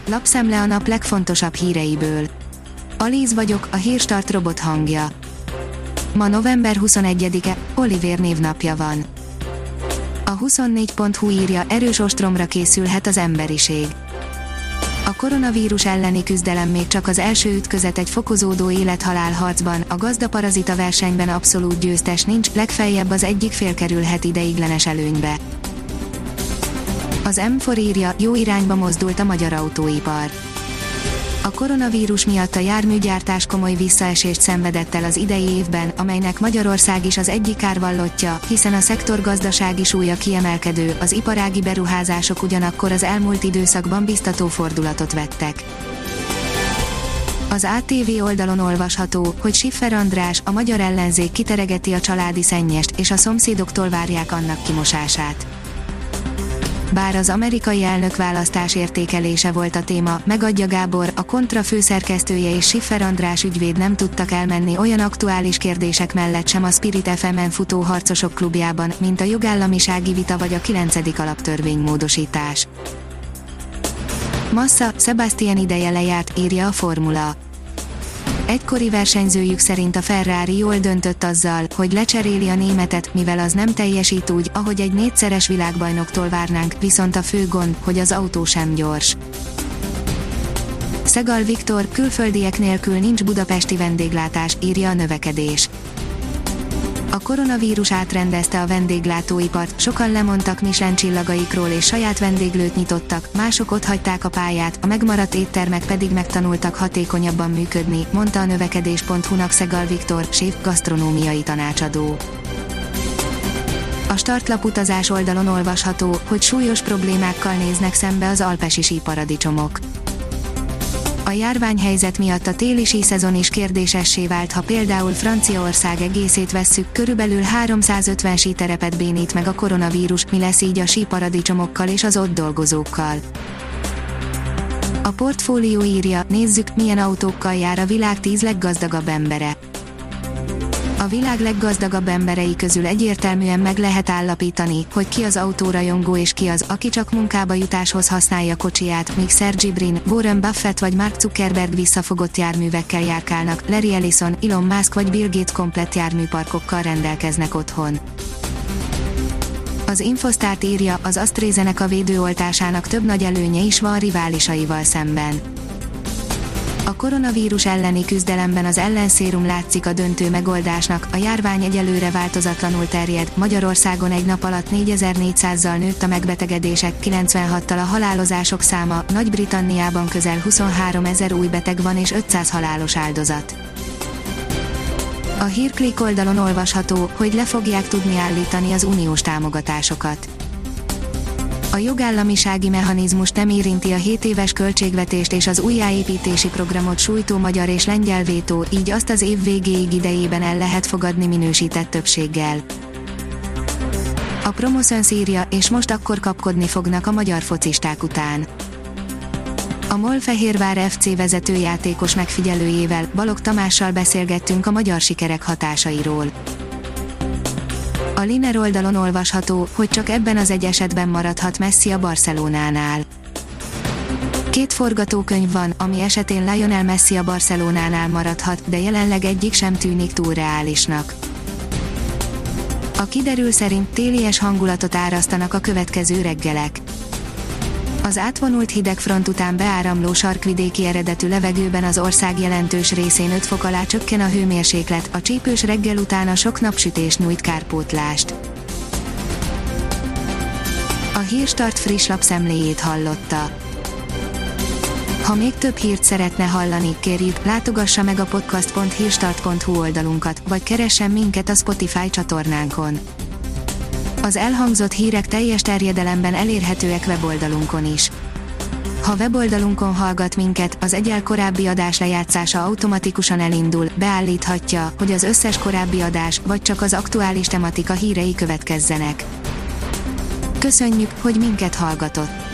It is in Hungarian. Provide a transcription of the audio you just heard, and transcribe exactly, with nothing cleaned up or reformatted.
Lapszemle a nap legfontosabb híreiből. Alíz vagyok, a Hírstart robot hangja. Ma november huszonegyedike, Olivér névnapja van. A huszonnégy pont hu írja, erős ostromra készülhet az emberiség. A koronavírus elleni küzdelem még csak az első ütközet egy fokozódó élet-halál harcban, a gazdaparazita versenyben abszolút győztes nincs, legfeljebb az egyik fél kerülhet ideiglenes előnybe. Az M négy írja, jó irányba mozdult a magyar autóipar. A koronavírus miatt a járműgyártás komoly visszaesést szenvedett el az idei évben, amelynek Magyarország is az egyik árvallottja, hiszen a szektor gazdasági súlya kiemelkedő, az iparági beruházások ugyanakkor az elmúlt időszakban biztató fordulatot vettek. Az á té vé oldalon olvasható, hogy Schiffer András, a magyar ellenzék kiteregeti a családi szennyest, és a szomszédoktól várják annak kimosását. Bár az amerikai elnökválasztás értékelése volt a téma, Megadja Gábor, a Kontra főszerkesztője és Schiffer András ügyvéd nem tudtak elmenni olyan aktuális kérdések mellett sem a Spirit ef emen futó Harcosok klubjában, mint a jogállamisági vita vagy a kilencedik alaptörvénymódosítás. Massa, Sebastian ideje lejárt, írja a Formula. Egykori versenyzőjük szerint a Ferrari jól döntött azzal, hogy lecseréli a németet, mivel az nem teljesít úgy, ahogy egy négyszeres világbajnoktól várnánk, viszont a fő gond, hogy az autó sem gyors. Szegal Viktor, külföldiek nélkül nincs budapesti vendéglátás, írja a Növekedés. A koronavírus átrendezte a vendéglátóipart, sokan lemondtak Michelin csillagaikról és saját vendéglőt nyitottak, mások otthagyták a pályát, a megmaradt éttermek pedig megtanultak hatékonyabban működni, mondta a növekedés pont hu-nak Szegal Viktor, séf gasztronómiai tanácsadó. A startlap utazás oldalon olvasható, hogy súlyos problémákkal néznek szembe az alpesi síparadicsomok. A járványhelyzet miatt a téli síszezon is kérdésessé vált, ha például Franciaország egészét vesszük, körülbelül háromszázötven síterepet bénít meg a koronavírus, mi lesz így a síparadicsomokkal és az ott dolgozókkal. A Portfólió írja, nézzük, milyen autókkal jár a világ tíz leggazdagabb embere. A világ leggazdagabb emberei közül egyértelműen meg lehet állapítani, hogy ki az autórajongó és ki az, aki csak munkába jutáshoz használja kocsiját, míg Sergey Brin, Warren Buffett vagy Mark Zuckerberg visszafogott járművekkel járkálnak, Larry Ellison, Elon Musk vagy Bill Gates komplett járműparkokkal rendelkeznek otthon. Az Infosztárt írja, az AstraZeneca védőoltásának több nagy előnye is van riválisaival szemben. A koronavírus elleni küzdelemben az ellenszérum látszik a döntő megoldásnak, a járvány egyelőre változatlanul terjed, Magyarországon egy nap alatt négyezer-négyszázzal nőtt a megbetegedések, kilencvenhattal a halálozások száma, Nagy-Britanniában közel huszonháromezer új beteg van és ötszáz halálos áldozat. A Hírklik oldalon olvasható, hogy le fogják tudni állítani az uniós támogatásokat. A jogállamisági mechanizmus nem érinti a hét éves költségvetést és az újjáépítési programot sújtó magyar és lengyel vétó, így azt az év végéig idejében el lehet fogadni minősített többséggel. A Promoszöns írja, és most akkor kapkodni fognak a magyar focisták után. A Molfehérvár ef cé vezetőjátékos megfigyelőjével, Balogh Tamással beszélgettünk a magyar sikerek hatásairól. A Liner oldalon olvasható, hogy csak ebben az egy esetben maradhat Messi a Barcelonánál. Két forgatókönyv van, ami esetén Lionel Messi a Barcelonánál maradhat, de jelenleg egyik sem tűnik túl reálisnak. A kiderül szerint télies hangulatot árasztanak a következő reggelek. Az átvonult hidegfront után beáramló sarkvidéki eredetű levegőben az ország jelentős részén öt fok alá csökken a hőmérséklet, a csípős reggel után a sok napsütés nyújt kárpótlást. A Hírstart friss lapszemléjét hallotta. Ha még több hírt szeretne hallani, kérjük, látogassa meg a podcast pont hírstart pont hu oldalunkat, vagy keressen minket a Spotify csatornánkon. Az elhangzott hírek teljes terjedelemben elérhetőek weboldalunkon is. Ha weboldalunkon hallgat minket, az egyel korábbi adás lejátszása automatikusan elindul, beállíthatja, hogy az összes korábbi adás, vagy csak az aktuális tematika hírei következzenek. Köszönjük, hogy minket hallgatott!